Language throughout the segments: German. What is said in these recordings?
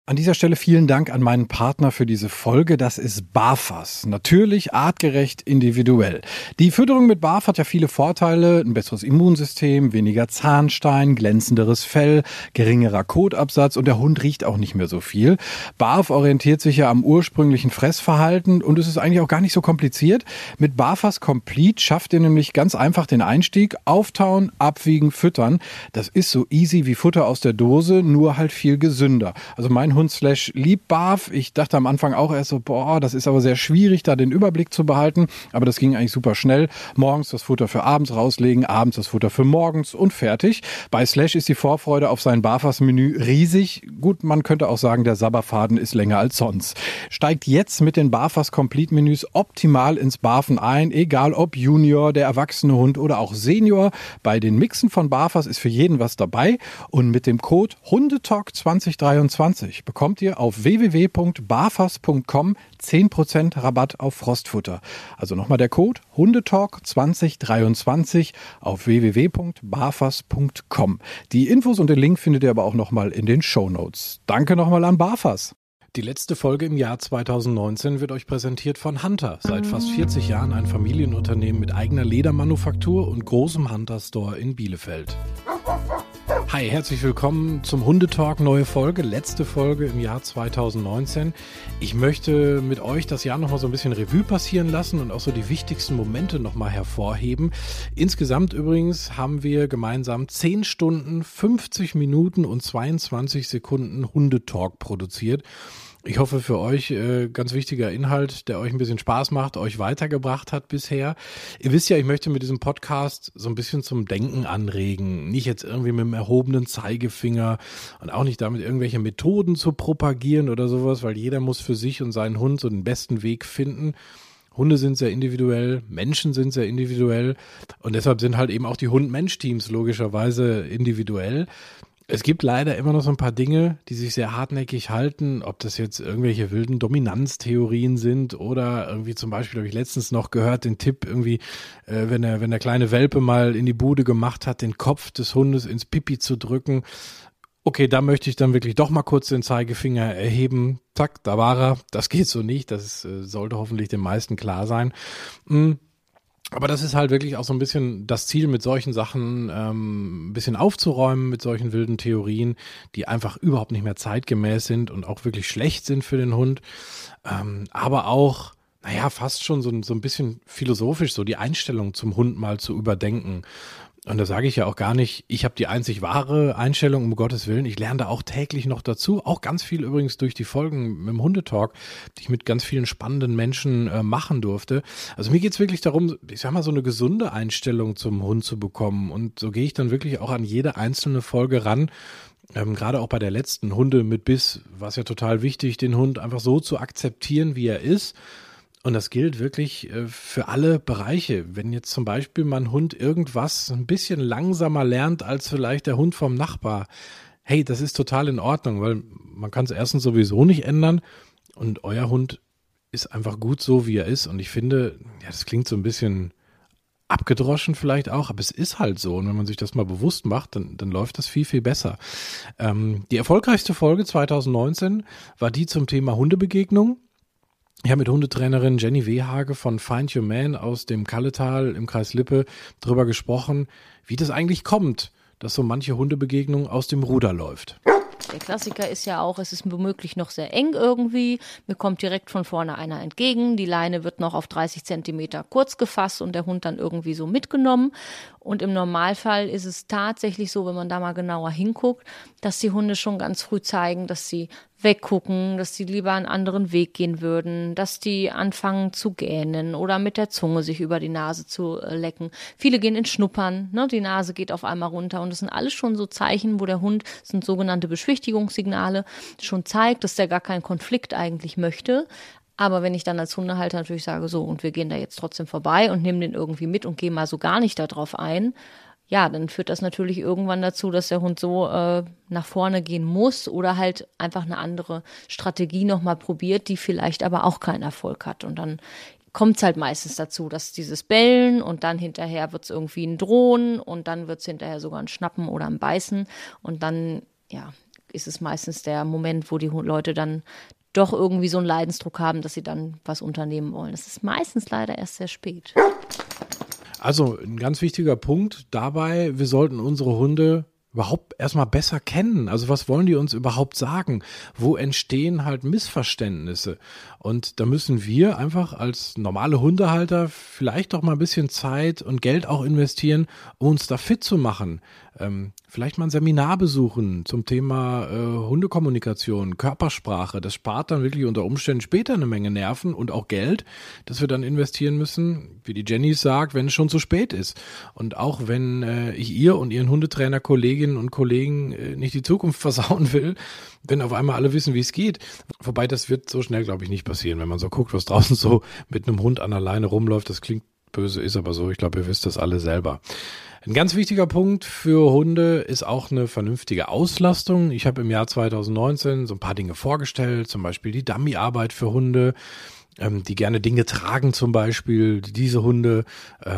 An dieser Stelle vielen Dank an meinen Partner für diese Folge. Das ist BAFAS. Natürlich, artgerecht, individuell. Die Fütterung mit BAF hat ja viele Vorteile. Ein besseres Immunsystem, weniger Zahnstein, glänzenderes Fell, geringerer Kotabsatz und der Hund riecht auch nicht mehr so viel. BAF orientiert sich ja am ursprünglichen Fressverhalten und es ist eigentlich auch gar nicht so kompliziert. Mit BAFAS Complete schafft ihr nämlich ganz einfach den Einstieg. Auftauen, abwiegen, füttern. Das ist so easy wie Futter aus der Dose, nur halt viel gesünder. Also mein Hund Slash liebt BAF. Ich dachte am Anfang auch erst so, das ist aber sehr schwierig, da den Überblick zu behalten. Aber das ging eigentlich super schnell. Morgens das Futter für abends rauslegen, abends das Futter für morgens und fertig. Bei Slash ist die Vorfreude auf sein BAFAS-Menü riesig. Gut, man könnte auch sagen, der Sabberfaden ist länger als sonst. Steigt jetzt mit den BAFAS Complete-Menüs optimal ins Barfen ein, egal ob Junior, der erwachsene Hund oder auch Senior. Bei den Mixen von BAFAS ist für jeden was dabei. Und mit dem Code HUNDETALK2023 bekommt ihr auf www.bafas.com 10% Rabatt auf Frostfutter. Also nochmal der Code HUNDETALK2023 auf www.bafas.com. Die Infos und den Link findet ihr aber auch nochmal in den Shownotes. Danke nochmal an BAFAS. Die letzte Folge im Jahr 2019 wird euch präsentiert von Hunter. Seit fast 40 Jahren ein Familienunternehmen mit eigener Ledermanufaktur und großem Hunter-Store in Bielefeld. Hi, herzlich willkommen zum Hundetalk, neue Folge, letzte Folge im Jahr 2019. Ich möchte mit euch das Jahr nochmal so ein bisschen Revue passieren lassen und auch so die wichtigsten Momente nochmal hervorheben. Insgesamt übrigens haben wir gemeinsam 10 Stunden, 50 Minuten und 22 Sekunden Hundetalk produziert. Ich hoffe für euch ganz wichtiger Inhalt, der euch ein bisschen Spaß macht, euch weitergebracht hat bisher. Ihr wisst ja, ich möchte mit diesem Podcast so ein bisschen zum Denken anregen. Nicht jetzt irgendwie mit dem erhobenen Zeigefinger und auch nicht damit irgendwelche Methoden zu propagieren oder sowas, weil jeder muss für sich und seinen Hund so den besten Weg finden. Hunde sind sehr individuell, Menschen sind sehr individuell und deshalb sind halt eben auch die Hund-Mensch-Teams logischerweise individuell. Es gibt leider immer noch so ein paar Dinge, die sich sehr hartnäckig halten, ob das jetzt irgendwelche wilden Dominanztheorien sind oder irgendwie zum Beispiel habe ich letztens noch gehört, den Tipp irgendwie, wenn der kleine Welpe mal in die Bude gemacht hat, den Kopf des Hundes ins Pipi zu drücken. Okay, da möchte ich dann wirklich doch mal kurz den Zeigefinger erheben. Zack, da war er. Das geht so nicht, das sollte hoffentlich den meisten klar sein. Aber das ist halt wirklich auch so ein bisschen das Ziel, mit solchen Sachen ein bisschen aufzuräumen, mit solchen wilden Theorien, die einfach überhaupt nicht mehr zeitgemäß sind und auch wirklich schlecht sind für den Hund. Aber auch, fast schon so ein bisschen philosophisch, so die Einstellung zum Hund mal zu überdenken. Und da sage ich ja auch gar nicht, ich habe die einzig wahre Einstellung, um Gottes Willen. Ich lerne da auch täglich noch dazu. Auch ganz viel übrigens durch die Folgen mit dem Hundetalk, die ich mit ganz vielen spannenden Menschen machen durfte. Also mir geht's wirklich darum, ich sag mal, so eine gesunde Einstellung zum Hund zu bekommen. Und so gehe ich dann wirklich auch an jede einzelne Folge ran. Gerade auch bei der letzten Hunde mit Biss war es ja total wichtig, den Hund einfach so zu akzeptieren, wie er ist. Und das gilt wirklich für alle Bereiche. Wenn jetzt zum Beispiel mein Hund irgendwas ein bisschen langsamer lernt als vielleicht der Hund vom Nachbar, hey, das ist total in Ordnung, weil man kann es erstens sowieso nicht ändern und euer Hund ist einfach gut so, wie er ist. Und ich finde, ja, das klingt so ein bisschen abgedroschen vielleicht auch, aber es ist halt so. Und wenn man sich das mal bewusst macht, dann läuft das viel, viel besser. Die erfolgreichste Folge 2019 war die zum Thema Hundebegegnung. Ich habe mit Hundetrainerin Jenny Wehage von Find Your Man aus dem Kalletal im Kreis Lippe drüber gesprochen, wie das eigentlich kommt, dass so manche Hundebegegnung aus dem Ruder läuft. Der Klassiker ist ja auch, es ist womöglich noch sehr eng irgendwie, mir kommt direkt von vorne einer entgegen, die Leine wird noch auf 30 Zentimeter kurz gefasst und der Hund dann irgendwie so mitgenommen. Und im Normalfall ist es tatsächlich so, wenn man da mal genauer hinguckt, dass die Hunde schon ganz früh zeigen, dass sie weggucken, dass sie lieber einen anderen Weg gehen würden, dass die anfangen zu gähnen oder mit der Zunge sich über die Nase zu lecken. Viele gehen ins Schnuppern, ne? Die Nase geht auf einmal runter und das sind alles schon so Zeichen, wo der Hund, das sind sogenannte Beschwichtigungssignale, schon zeigt, dass der gar keinen Konflikt eigentlich möchte. Aber wenn ich dann als Hundehalter natürlich sage, so, und wir gehen da jetzt trotzdem vorbei und nehmen den irgendwie mit und gehen mal so gar nicht darauf ein, ja, dann führt das natürlich irgendwann dazu, dass der Hund so nach vorne gehen muss oder halt einfach eine andere Strategie nochmal probiert, die vielleicht aber auch keinen Erfolg hat. Und dann kommt es halt meistens dazu, dass dieses Bellen und dann hinterher wird es irgendwie ein Drohen und dann wird es hinterher sogar ein Schnappen oder ein Beißen und dann, ja, ist es meistens der Moment, wo die Leute dann doch irgendwie so einen Leidensdruck haben, dass sie dann was unternehmen wollen. Das ist meistens leider erst sehr spät. Also ein ganz wichtiger Punkt dabei, wir sollten unsere Hunde überhaupt erstmal besser kennen. Also was wollen die uns überhaupt sagen? Wo entstehen halt Missverständnisse? Und da müssen wir einfach als normale Hundehalter vielleicht doch mal ein bisschen Zeit und Geld auch investieren, um uns da fit zu machen. Vielleicht mal ein Seminar besuchen zum Thema Hundekommunikation, Körpersprache. Das spart dann wirklich unter Umständen später eine Menge Nerven und auch Geld, das wir dann investieren müssen, wie die Jenny sagt, wenn es schon zu spät ist. Und auch wenn ich ihr und ihren Hundetrainer, Kolleginnen und Kollegen nicht die Zukunft versauen will, wenn auf einmal alle wissen, wie es geht. Wobei das wird so schnell, glaube ich, nicht passieren, wenn man so guckt, was draußen so mit einem Hund an der Leine rumläuft. Das klingt böse, ist aber so. Ich glaube, ihr wisst das alle selber. Ein ganz wichtiger Punkt für Hunde ist auch eine vernünftige Auslastung. Ich habe im Jahr 2019 so ein paar Dinge vorgestellt, zum Beispiel die Dummy-Arbeit für Hunde, die gerne Dinge tragen, zum Beispiel diese Hunde,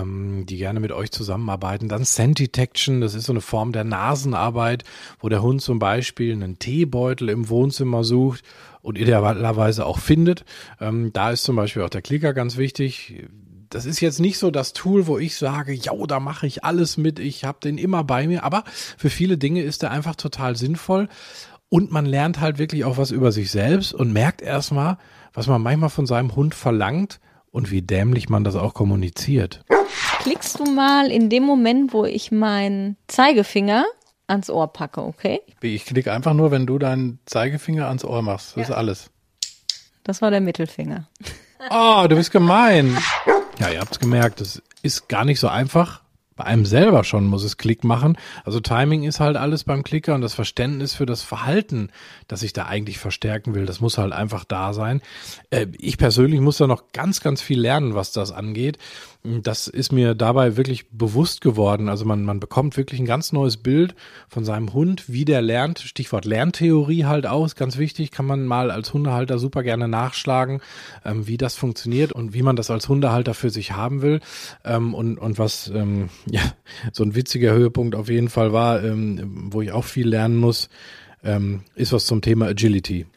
die gerne mit euch zusammenarbeiten. Dann Scent Detection, das ist so eine Form der Nasenarbeit, wo der Hund zum Beispiel einen Teebeutel im Wohnzimmer sucht und idealerweise auch findet. Da ist zum Beispiel auch der Klicker ganz wichtig. Das ist jetzt nicht so das Tool, wo ich sage, ja, da mache ich alles mit, ich habe den immer bei mir, aber für viele Dinge ist er einfach total sinnvoll und man lernt halt wirklich auch was über sich selbst und merkt erstmal, was man manchmal von seinem Hund verlangt und wie dämlich man das auch kommuniziert. Klickst du mal in dem Moment, wo ich meinen Zeigefinger ans Ohr packe, okay? Ich klicke einfach nur, wenn du deinen Zeigefinger ans Ohr machst, das ist alles. Das war der Mittelfinger. Oh, du bist gemein. Ja, ihr habt's gemerkt, das ist gar nicht so einfach. Bei einem selber schon muss es Klick machen. Also Timing ist halt alles beim Klicker und das Verständnis für das Verhalten, das ich da eigentlich verstärken will, das muss halt einfach da sein. Ich persönlich muss da noch ganz, ganz viel lernen, was das angeht. Das ist mir dabei wirklich bewusst geworden. Also man bekommt wirklich ein ganz neues Bild von seinem Hund, wie der lernt. Stichwort Lerntheorie halt aus, ganz wichtig, kann man mal als Hundehalter super gerne nachschlagen, wie das funktioniert und wie man das als Hundehalter für sich haben will. Und was ja so ein witziger Höhepunkt auf jeden Fall war, wo ich auch viel lernen muss, ist was zum Thema Agility.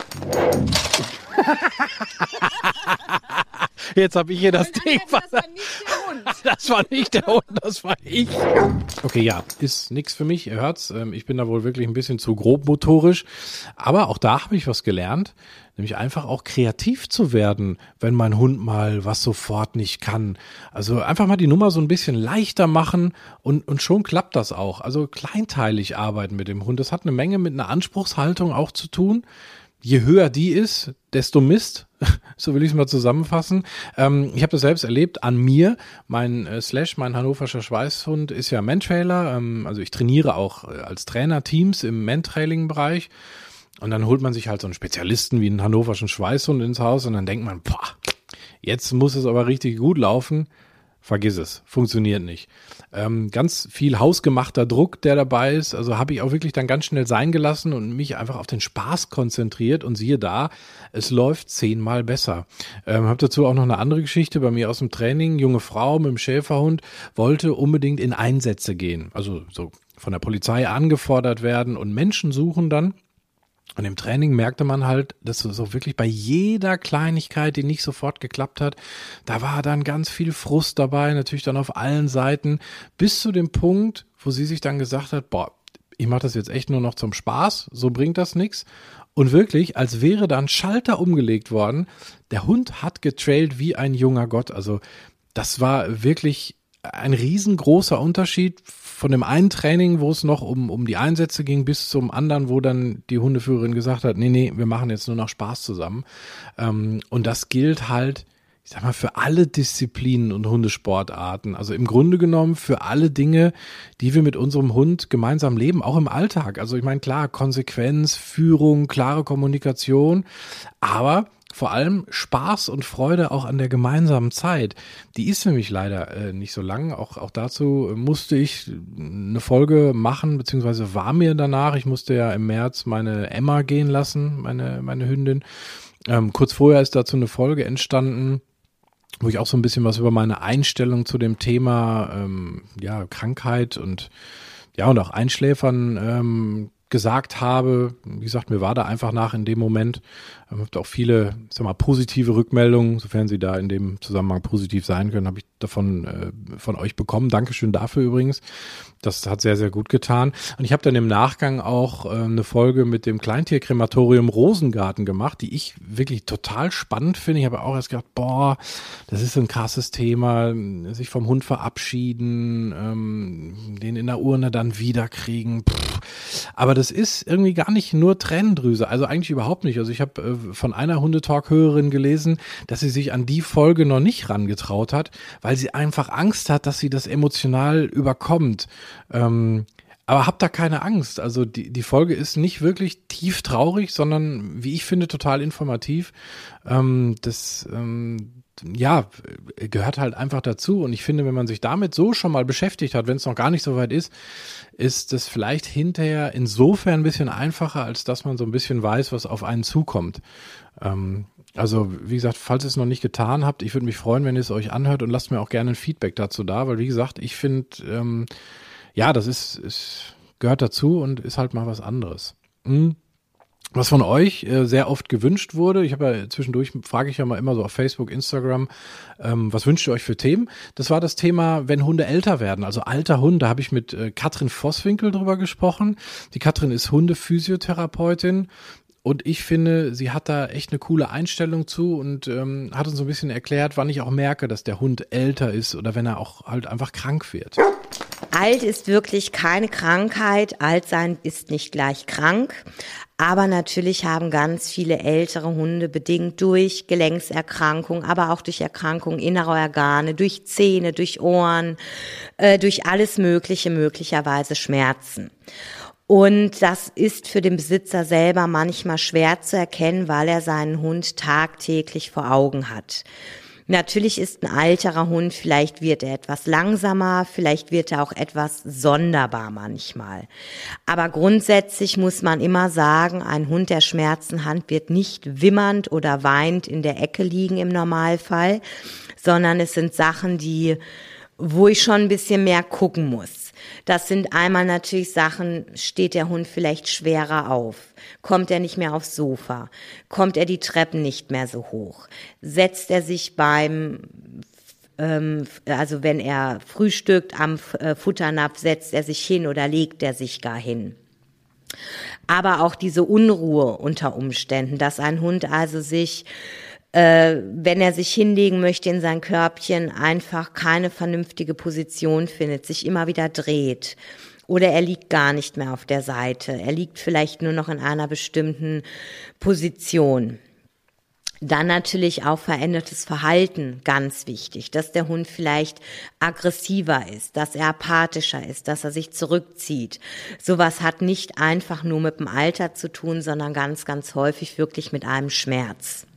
Jetzt habe ich hier das Ding. Das war nicht der Hund. Das war nicht der Hund, das war ich. Okay, ja, ist nix für mich, ihr hört's. Ich bin da wohl wirklich ein bisschen zu grobmotorisch. Aber auch da habe ich was gelernt, nämlich einfach auch kreativ zu werden, wenn mein Hund mal was sofort nicht kann. Also einfach mal die Nummer so ein bisschen leichter machen und schon klappt das auch. Also kleinteilig arbeiten mit dem Hund. Das hat eine Menge mit einer Anspruchshaltung auch zu tun. Je höher die ist, desto Mist, so will ich es mal zusammenfassen. Ich habe das selbst erlebt an mir. Mein hannoverscher Schweißhund ist ja Mantrailer. Also ich trainiere auch als Trainer Teams im Mantrailing-Bereich. Und dann holt man sich halt so einen Spezialisten wie einen hannoverschen Schweißhund ins Haus und dann denkt man, boah, jetzt muss es aber richtig gut laufen. Vergiss es, funktioniert nicht. Ganz viel hausgemachter Druck, der dabei ist, also habe ich auch wirklich dann ganz schnell sein gelassen und mich einfach auf den Spaß konzentriert und siehe da, es läuft 10-mal besser. Habe dazu auch noch eine andere Geschichte bei mir aus dem Training. Junge Frau mit dem Schäferhund wollte unbedingt in Einsätze gehen, also so von der Polizei angefordert werden und Menschen suchen dann. Und im Training merkte man halt, dass so wirklich bei jeder Kleinigkeit, die nicht sofort geklappt hat, da war dann ganz viel Frust dabei, natürlich dann auf allen Seiten, bis zu dem Punkt, wo sie sich dann gesagt hat, boah, ich mache das jetzt echt nur noch zum Spaß, so bringt das nichts. Und wirklich, als wäre da ein Schalter umgelegt worden, der Hund hat getrailt wie ein junger Gott. Also das war wirklich ein riesengroßer Unterschied von dem einen Training, wo es noch um die Einsätze ging, bis zum anderen, wo dann die Hundeführerin gesagt hat, nee, wir machen jetzt nur noch Spaß zusammen. Und das gilt halt, ich sag mal, für alle Disziplinen und Hundesportarten. Also im Grunde genommen für alle Dinge, die wir mit unserem Hund gemeinsam leben, auch im Alltag. Also ich meine, klar, Konsequenz, Führung, klare Kommunikation, aber vor allem Spaß und Freude auch an der gemeinsamen Zeit. Die ist für mich leider nicht so lang. Auch dazu musste ich eine Folge machen, beziehungsweise war mir danach. Ich musste ja im März meine Emma gehen lassen, meine Hündin. Kurz vorher ist dazu eine Folge entstanden, wo ich auch so ein bisschen was über meine Einstellung zu dem Thema Krankheit und auch Einschläfern gesagt habe. Wie gesagt, mir war da einfach nach in dem Moment. Ich habe auch viele, positive Rückmeldungen, sofern sie da in dem Zusammenhang positiv sein können, habe ich davon von euch bekommen. Dankeschön dafür übrigens. Das hat sehr, sehr gut getan. Und ich habe dann im Nachgang auch eine Folge mit dem Kleintierkrematorium Rosengarten gemacht, die ich wirklich total spannend finde. Ich habe auch erst gedacht, das ist ein krasses Thema, sich vom Hund verabschieden, den in der Urne dann wiederkriegen. Aber das ist irgendwie gar nicht nur Tränendrüse, also eigentlich überhaupt nicht. Also ich habe von einer Hundetalk-Hörerin gelesen, dass sie sich an die Folge noch nicht rangetraut hat, weil sie einfach Angst hat, dass sie das emotional überkommt. Aber habt da keine Angst. Also die Folge ist nicht wirklich tief traurig, sondern, wie ich finde, total informativ. Gehört halt einfach dazu. Und ich finde, wenn man sich damit so schon mal beschäftigt hat, wenn es noch gar nicht so weit ist, ist es vielleicht hinterher insofern ein bisschen einfacher, als dass man so ein bisschen weiß, was auf einen zukommt. Also, wie gesagt, falls ihr es noch nicht getan habt, ich würde mich freuen, wenn ihr es euch anhört, und lasst mir auch gerne ein Feedback dazu da, weil, wie gesagt, ich finde, das gehört dazu und ist halt mal was anderes. Was von euch sehr oft gewünscht wurde, ich habe ja zwischendurch, frage ich ja mal immer so auf Facebook, Instagram, was wünscht ihr euch für Themen? Das war das Thema, wenn Hunde älter werden, also alter Hund. Da habe ich mit Katrin Vosswinkel drüber gesprochen. Die Katrin ist Hundephysiotherapeutin. Und ich finde, sie hat da echt eine coole Einstellung zu und hat uns so ein bisschen erklärt, wann ich auch merke, dass der Hund älter ist oder wenn er auch halt einfach krank wird. Alt ist wirklich keine Krankheit. Alt sein ist nicht gleich krank. Aber natürlich haben ganz viele ältere Hunde bedingt durch Gelenkserkrankungen, aber auch durch Erkrankungen innerer Organe, durch Zähne, durch Ohren, durch alles Mögliche möglicherweise Schmerzen. Und das ist für den Besitzer selber manchmal schwer zu erkennen, weil er seinen Hund tagtäglich vor Augen hat. Natürlich ist ein alterer Hund, vielleicht wird er etwas langsamer, vielleicht wird er auch etwas sonderbar manchmal. Aber grundsätzlich muss man immer sagen, ein Hund, der Schmerzen hat, wird nicht wimmernd oder weinend in der Ecke liegen im Normalfall, sondern es sind Sachen, wo ich schon ein bisschen mehr gucken muss. Das sind einmal natürlich Sachen, steht der Hund vielleicht schwerer auf? Kommt er nicht mehr aufs Sofa? Kommt er die Treppen nicht mehr so hoch? Setzt er sich wenn er frühstückt am Futternapf, setzt er sich hin oder legt er sich gar hin? Aber auch diese Unruhe unter Umständen, dass ein Hund also sich wenn er sich hinlegen möchte in sein Körbchen, einfach keine vernünftige Position findet, sich immer wieder dreht. Oder er liegt gar nicht mehr auf der Seite. Er liegt vielleicht nur noch in einer bestimmten Position. Dann natürlich auch verändertes Verhalten, ganz wichtig, dass der Hund vielleicht aggressiver ist, dass er apathischer ist, dass er sich zurückzieht. Sowas hat nicht einfach nur mit dem Alter zu tun, sondern ganz, ganz häufig wirklich mit einem Schmerz.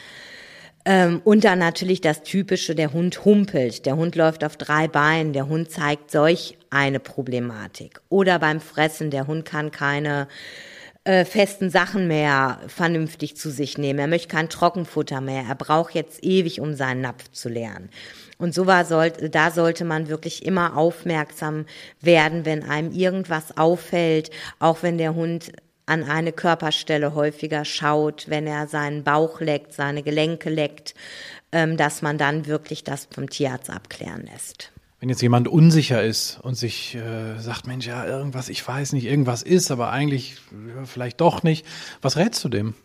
Und dann natürlich das Typische, der Hund humpelt, der Hund läuft auf 3 Beinen, der Hund zeigt solch eine Problematik. Oder beim Fressen, der Hund kann keine festen Sachen mehr vernünftig zu sich nehmen, er möchte kein Trockenfutter mehr, er braucht jetzt ewig, um seinen Napf zu leeren. Und da sollte man wirklich immer aufmerksam werden, wenn einem irgendwas auffällt, auch wenn der Hund an eine Körperstelle häufiger schaut, wenn er seinen Bauch leckt, seine Gelenke leckt, dass man dann wirklich das vom Tierarzt abklären lässt. Wenn jetzt jemand unsicher ist und sich sagt, Mensch, ja, irgendwas, ich weiß nicht, irgendwas ist, aber eigentlich vielleicht doch nicht, was rätst du dem?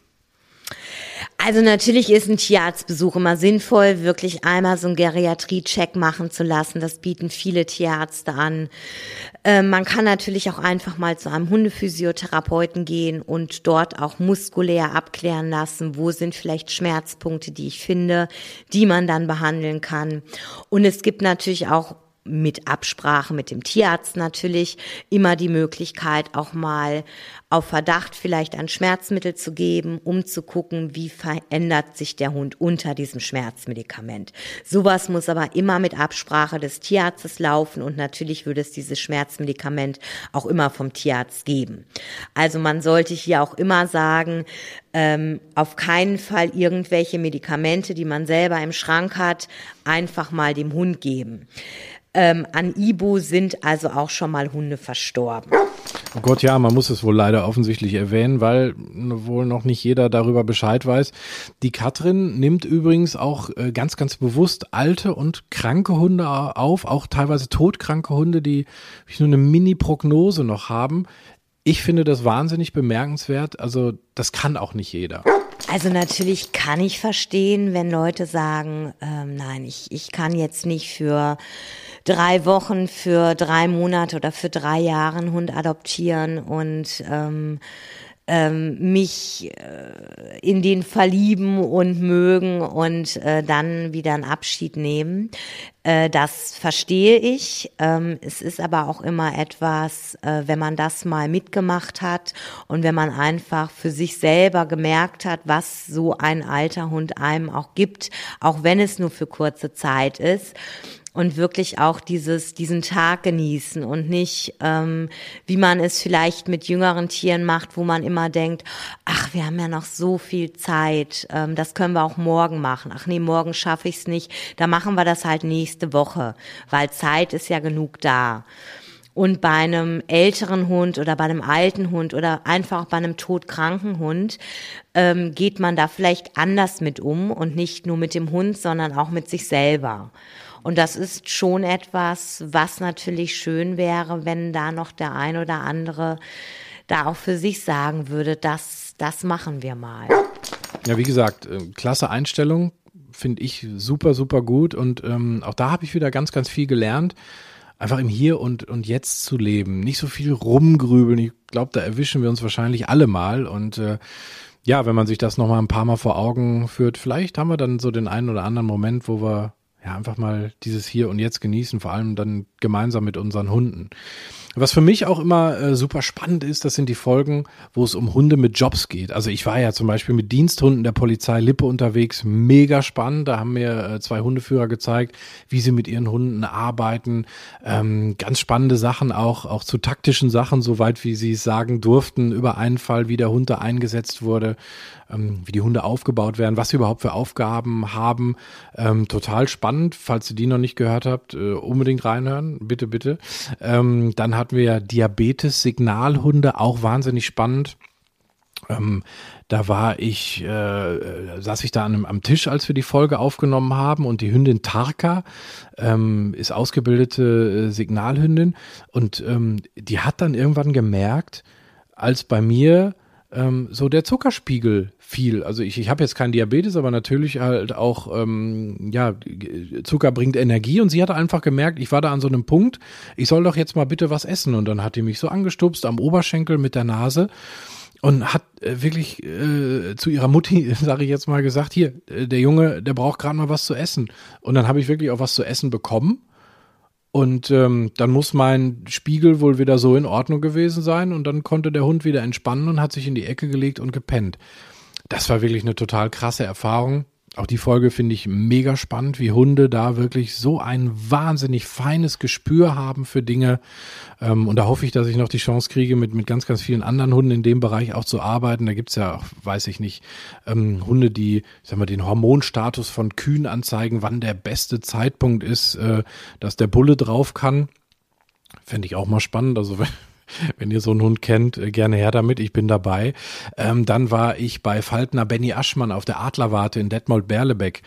Also natürlich ist ein Tierarztbesuch immer sinnvoll, wirklich einmal so einen Geriatrie-Check machen zu lassen. Das bieten viele Tierärzte an. Man kann natürlich auch einfach mal zu einem Hundephysiotherapeuten gehen und dort auch muskulär abklären lassen, wo sind vielleicht Schmerzpunkte, die ich finde, die man dann behandeln kann. Und es gibt natürlich auch mit Absprache mit dem Tierarzt natürlich immer die Möglichkeit, auch mal auf Verdacht vielleicht ein Schmerzmittel zu geben, um zu gucken, wie verändert sich der Hund unter diesem Schmerzmedikament. Sowas muss aber immer mit Absprache des Tierarztes laufen und natürlich würde es dieses Schmerzmedikament auch immer vom Tierarzt geben. Also man sollte hier auch immer sagen, auf keinen Fall irgendwelche Medikamente, die man selber im Schrank hat, einfach mal dem Hund geben. An Ibu sind also auch schon mal Hunde verstorben. Oh Gott, ja, man muss es wohl leider offensichtlich erwähnen, weil wohl noch nicht jeder darüber Bescheid weiß. Die Katrin nimmt übrigens auch ganz, ganz bewusst alte und kranke Hunde auf, auch teilweise todkranke Hunde, die nur eine Mini-Prognose noch haben. Ich finde das wahnsinnig bemerkenswert, also das kann auch nicht jeder. Also natürlich kann ich verstehen, wenn Leute sagen, nein, ich kann jetzt nicht für 3 Wochen, für 3 Monate oder für 3 Jahre einen Hund adoptieren und mich in den verlieben und mögen und dann wieder einen Abschied nehmen. Das verstehe ich. Es ist aber auch immer etwas, wenn man das mal mitgemacht hat und wenn man einfach für sich selber gemerkt hat, was so ein alter Hund einem auch gibt, auch wenn es nur für kurze Zeit ist. Und wirklich auch diesen Tag genießen und nicht, wie man es vielleicht mit jüngeren Tieren macht, wo man immer denkt, ach, wir haben ja noch so viel Zeit, das können wir auch morgen machen. Ach nee, morgen schaffe ich es nicht, da machen wir das halt nächste Woche, weil Zeit ist ja genug da. Und bei einem älteren Hund oder bei einem alten Hund oder einfach bei einem todkranken Hund geht man da vielleicht anders mit um und nicht nur mit dem Hund, sondern auch mit sich selber. Und das ist schon etwas, was natürlich schön wäre, wenn da noch der ein oder andere da auch für sich sagen würde, das machen wir mal. Ja, wie gesagt, klasse Einstellung, finde ich super, super gut. Und auch da habe ich wieder ganz, ganz viel gelernt. Einfach im Hier und Jetzt zu leben. Nicht so viel rumgrübeln. Ich glaube, da erwischen wir uns wahrscheinlich alle mal. Und ja, wenn man sich das nochmal ein paar Mal vor Augen führt, vielleicht haben wir dann so den einen oder anderen Moment, wo wir ja einfach mal dieses Hier und Jetzt genießen, vor allem dann gemeinsam mit unseren Hunden. Was für mich auch immer super spannend ist, das sind die Folgen, wo es um Hunde mit Jobs geht. Also ich war ja zum Beispiel mit Diensthunden der Polizei Lippe unterwegs, mega spannend. Da haben mir 2 Hundeführer gezeigt, wie sie mit ihren Hunden arbeiten. Ganz spannende Sachen, auch zu taktischen Sachen, soweit wie sie es sagen durften, über einen Fall, wie der Hund da eingesetzt wurde, wie die Hunde aufgebaut werden, was sie überhaupt für Aufgaben haben. Total spannend, falls ihr die noch nicht gehört habt, unbedingt reinhören, bitte, bitte. Dann hatten wir ja Diabetes-Signalhunde, auch wahnsinnig spannend. Da saß ich da am Tisch, als wir die Folge aufgenommen haben, und die Hündin Tarka ist ausgebildete Signalhündin, und die hat dann irgendwann gemerkt, als bei mir so der Zuckerspiegel fiel. Also ich habe jetzt keinen Diabetes, aber natürlich halt auch, Zucker bringt Energie, und sie hatte einfach gemerkt, ich war da an so einem Punkt, ich soll doch jetzt mal bitte was essen, und dann hat die mich so angestupst am Oberschenkel mit der Nase und hat wirklich zu ihrer Mutti, sage ich jetzt mal, gesagt, hier, der Junge, der braucht gerade mal was zu essen. Und dann habe ich wirklich auch was zu essen bekommen. Und dann muss mein Spiegel wohl wieder so in Ordnung gewesen sein, und dann konnte der Hund wieder entspannen und hat sich in die Ecke gelegt und gepennt. Das war wirklich eine total krasse Erfahrung. Auch die Folge finde ich mega spannend, wie Hunde da wirklich so ein wahnsinnig feines Gespür haben für Dinge. Und da hoffe ich, dass ich noch die Chance kriege, mit ganz, ganz vielen anderen Hunden in dem Bereich auch zu arbeiten. Da gibt's ja, weiß ich nicht, Hunde, die, ich sag mal, den Hormonstatus von Kühen anzeigen, wann der beste Zeitpunkt ist, dass der Bulle drauf kann. Fände ich auch mal spannend. Also wenn ihr so einen Hund kennt, gerne her damit, ich bin dabei. Dann war ich bei Faltner Benny Aschmann auf der Adlerwarte in Detmold-Berlebeck.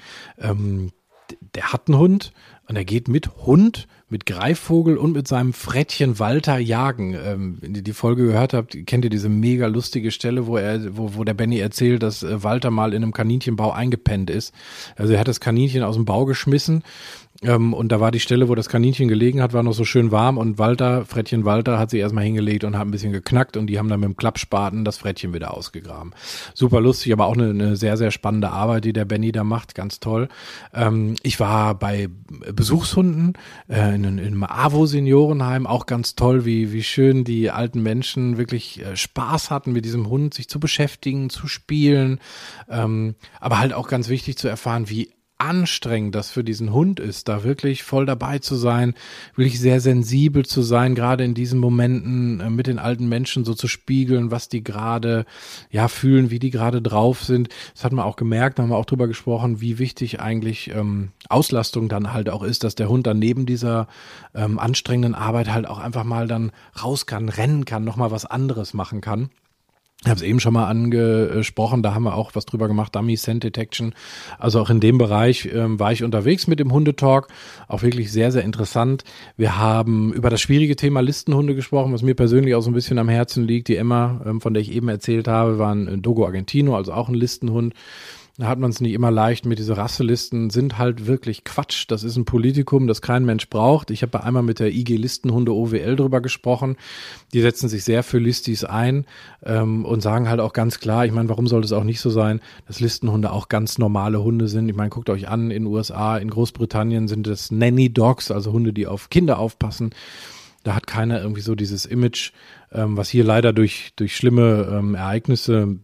Der hat einen Hund, und er geht mit Hund, mit Greifvogel und mit seinem Frettchen Walter jagen. Wenn ihr die Folge gehört habt, kennt ihr diese mega lustige Stelle, wo der Benny erzählt, dass Walter mal in einem Kaninchenbau eingepennt ist. Also er hat das Kaninchen aus dem Bau geschmissen, und da war die Stelle, wo das Kaninchen gelegen hat, war noch so schön warm, und Frettchen Walter hat sich erstmal hingelegt und hat ein bisschen geknackt, und die haben dann mit dem Klappspaten das Frettchen wieder ausgegraben. Super lustig, aber auch eine sehr, sehr spannende Arbeit, die der Benny da macht, ganz toll. Ich war bei Besuchshunden in einem AWO-Seniorenheim, auch ganz toll, wie schön die alten Menschen wirklich Spaß hatten, mit diesem Hund sich zu beschäftigen, zu spielen, aber halt auch ganz wichtig zu erfahren, wie anstrengend das für diesen Hund ist, da wirklich voll dabei zu sein, wirklich sehr sensibel zu sein, gerade in diesen Momenten mit den alten Menschen so zu spiegeln, was die gerade fühlen, wie die gerade drauf sind. Das hat man auch gemerkt, da haben wir auch drüber gesprochen, wie wichtig eigentlich Auslastung dann halt auch ist, dass der Hund dann neben dieser anstrengenden Arbeit halt auch einfach mal dann raus kann, rennen kann, nochmal was anderes machen kann. Ich habe es eben schon mal angesprochen, da haben wir auch was drüber gemacht, Dummy Scent Detection. Also auch in dem Bereich war ich unterwegs mit dem Hundetalk, auch wirklich sehr, sehr interessant. Wir haben über das schwierige Thema Listenhunde gesprochen, was mir persönlich auch so ein bisschen am Herzen liegt. Die Emma, von der ich eben erzählt habe, war ein Dogo Argentino, also auch ein Listenhund. Da hat man es nicht immer leicht mit, diese Rasselisten sind halt wirklich Quatsch. Das ist ein Politikum, das kein Mensch braucht. Ich habe einmal mit der IG Listenhunde OWL drüber gesprochen. Die setzen sich sehr für Listis ein und sagen halt auch ganz klar, ich meine, warum soll das auch nicht so sein, dass Listenhunde auch ganz normale Hunde sind. Ich meine, guckt euch an, in den USA, in Großbritannien sind das Nanny Dogs, also Hunde, die auf Kinder aufpassen. Da hat keiner irgendwie so dieses Image, was hier leider durch schlimme Ereignisse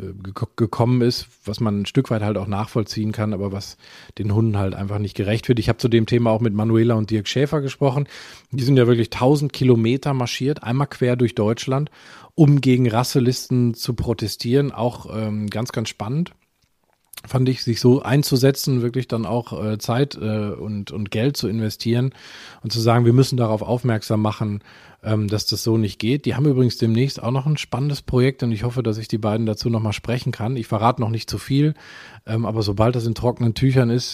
gekommen ist, was man ein Stück weit halt auch nachvollziehen kann, aber was den Hunden halt einfach nicht gerecht wird. Ich habe zu dem Thema auch mit Manuela und Dirk Schäfer gesprochen. Die sind ja wirklich 1000 Kilometer marschiert, einmal quer durch Deutschland, um gegen Rasselisten zu protestieren. Auch ganz, ganz spannend. Fand ich, sich so einzusetzen, wirklich dann auch Zeit und Geld zu investieren und zu sagen, wir müssen darauf aufmerksam machen, dass das so nicht geht. Die haben übrigens demnächst auch noch ein spannendes Projekt und ich hoffe, dass ich die beiden dazu nochmal sprechen kann. Ich verrate noch nicht zu viel, aber sobald das in trockenen Tüchern ist,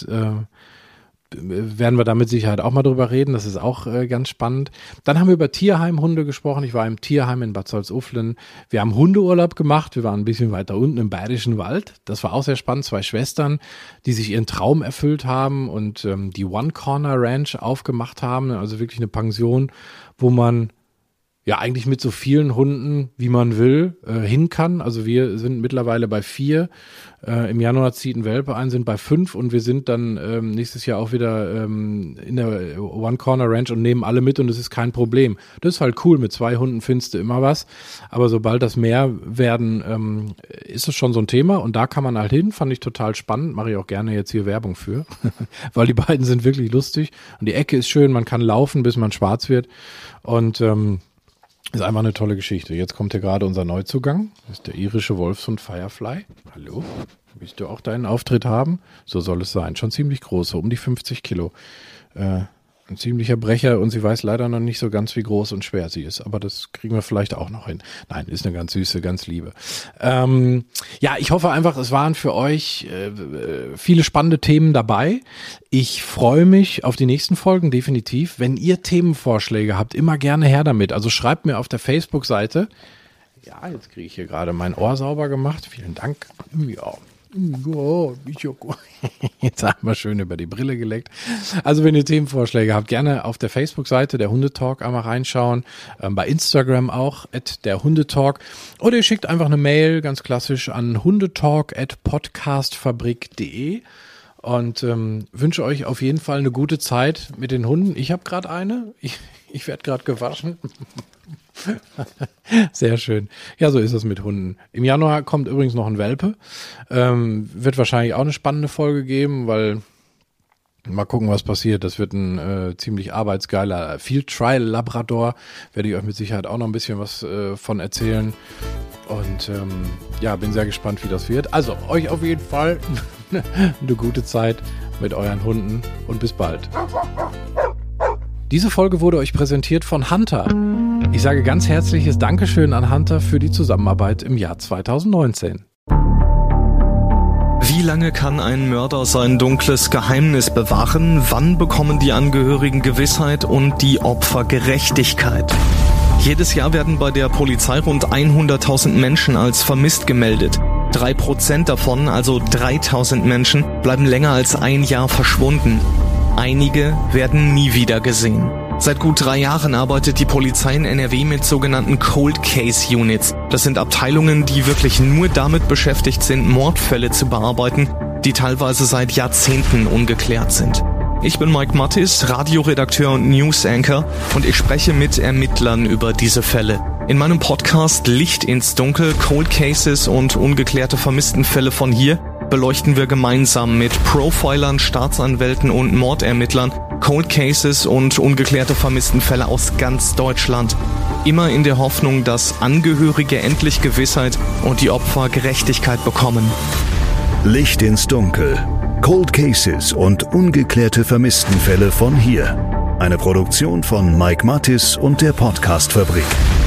werden wir da mit Sicherheit auch mal drüber reden. Das ist auch ganz spannend. Dann haben wir über Tierheimhunde gesprochen. Ich war im Tierheim in Bad Salzuflen. Wir haben Hundeurlaub gemacht. Wir waren ein bisschen weiter unten im Bayerischen Wald. Das war auch sehr spannend. 2 Schwestern, die sich ihren Traum erfüllt haben und die One Corner Ranch aufgemacht haben. Also wirklich eine Pension, wo man ja eigentlich mit so vielen Hunden, wie man will, hin kann. Also wir sind mittlerweile bei 4. Im Januar zieht ein Welpe ein, sind bei 5 und wir sind dann nächstes Jahr auch wieder in der One Corner Ranch und nehmen alle mit und es ist kein Problem. Das ist halt cool, mit 2 Hunden findest du immer was, aber sobald das mehr werden, ist es schon so ein Thema und da kann man halt hin, fand ich total spannend, mache ich auch gerne jetzt hier Werbung für, weil die beiden sind wirklich lustig und die Ecke ist schön, man kann laufen, bis man schwarz wird und ist einfach eine tolle Geschichte. Jetzt kommt hier gerade unser Neuzugang. Das ist der irische Wolfshund Firefly. Hallo, willst du auch deinen Auftritt haben? So soll es sein. Schon ziemlich groß, so um die 50 Kilo. Ein ziemlicher Brecher und sie weiß leider noch nicht so ganz, wie groß und schwer sie ist. Aber das kriegen wir vielleicht auch noch hin. Nein, ist eine ganz süße, ganz liebe. Ja, ich hoffe einfach, es waren für euch viele spannende Themen dabei. Ich freue mich auf die nächsten Folgen, definitiv. Wenn ihr Themenvorschläge habt, immer gerne her damit. Also schreibt mir auf der Facebook-Seite. Ja, jetzt kriege ich hier gerade mein Ohr sauber gemacht. Vielen Dank. Ja. Jetzt haben wir schön über die Brille geleckt. Also wenn ihr Themenvorschläge habt, gerne auf der Facebook-Seite der Hundetalk einmal reinschauen. Bei Instagram auch, @derhundetalk. Oder ihr schickt einfach eine Mail, ganz klassisch, an hundetalk@podcastfabrik.de und wünsche euch auf jeden Fall eine gute Zeit mit den Hunden. Ich habe gerade eine. Ich werde gerade gewaschen. Sehr schön. Ja, so ist es mit Hunden. Im Januar kommt übrigens noch ein Welpe. Wird wahrscheinlich auch eine spannende Folge geben, weil mal gucken, was passiert. Das wird ein ziemlich arbeitsgeiler Field Trial Labrador. Werde ich euch mit Sicherheit auch noch ein bisschen was von erzählen. Und ja, bin sehr gespannt, wie das wird. Also euch auf jeden Fall eine gute Zeit mit euren Hunden und bis bald. Diese Folge wurde euch präsentiert von Hunter. Ich sage ganz herzliches Dankeschön an Hunter für die Zusammenarbeit im Jahr 2019. Wie lange kann ein Mörder sein dunkles Geheimnis bewahren? Wann bekommen die Angehörigen Gewissheit und die Opfer Gerechtigkeit? Jedes Jahr werden bei der Polizei rund 100.000 Menschen als vermisst gemeldet. 3% davon, also 3.000 Menschen, bleiben länger als ein Jahr verschwunden. Einige werden nie wieder gesehen. Seit gut 3 Jahren arbeitet die Polizei in NRW mit sogenannten Cold Case Units. Das sind Abteilungen, die wirklich nur damit beschäftigt sind, Mordfälle zu bearbeiten, die teilweise seit Jahrzehnten ungeklärt sind. Ich bin Mike Mattis, Radioredakteur und News-Anchor und ich spreche mit Ermittlern über diese Fälle. In meinem Podcast Licht ins Dunkel, Cold Cases und ungeklärte Vermisstenfälle von hier beleuchten wir gemeinsam mit Profilern, Staatsanwälten und Mordermittlern Cold Cases und ungeklärte Vermisstenfälle aus ganz Deutschland. Immer in der Hoffnung, dass Angehörige endlich Gewissheit und die Opfer Gerechtigkeit bekommen. Licht ins Dunkel. Cold Cases und ungeklärte Vermisstenfälle von hier. Eine Produktion von Mike Mattis und der Podcast-Fabrik.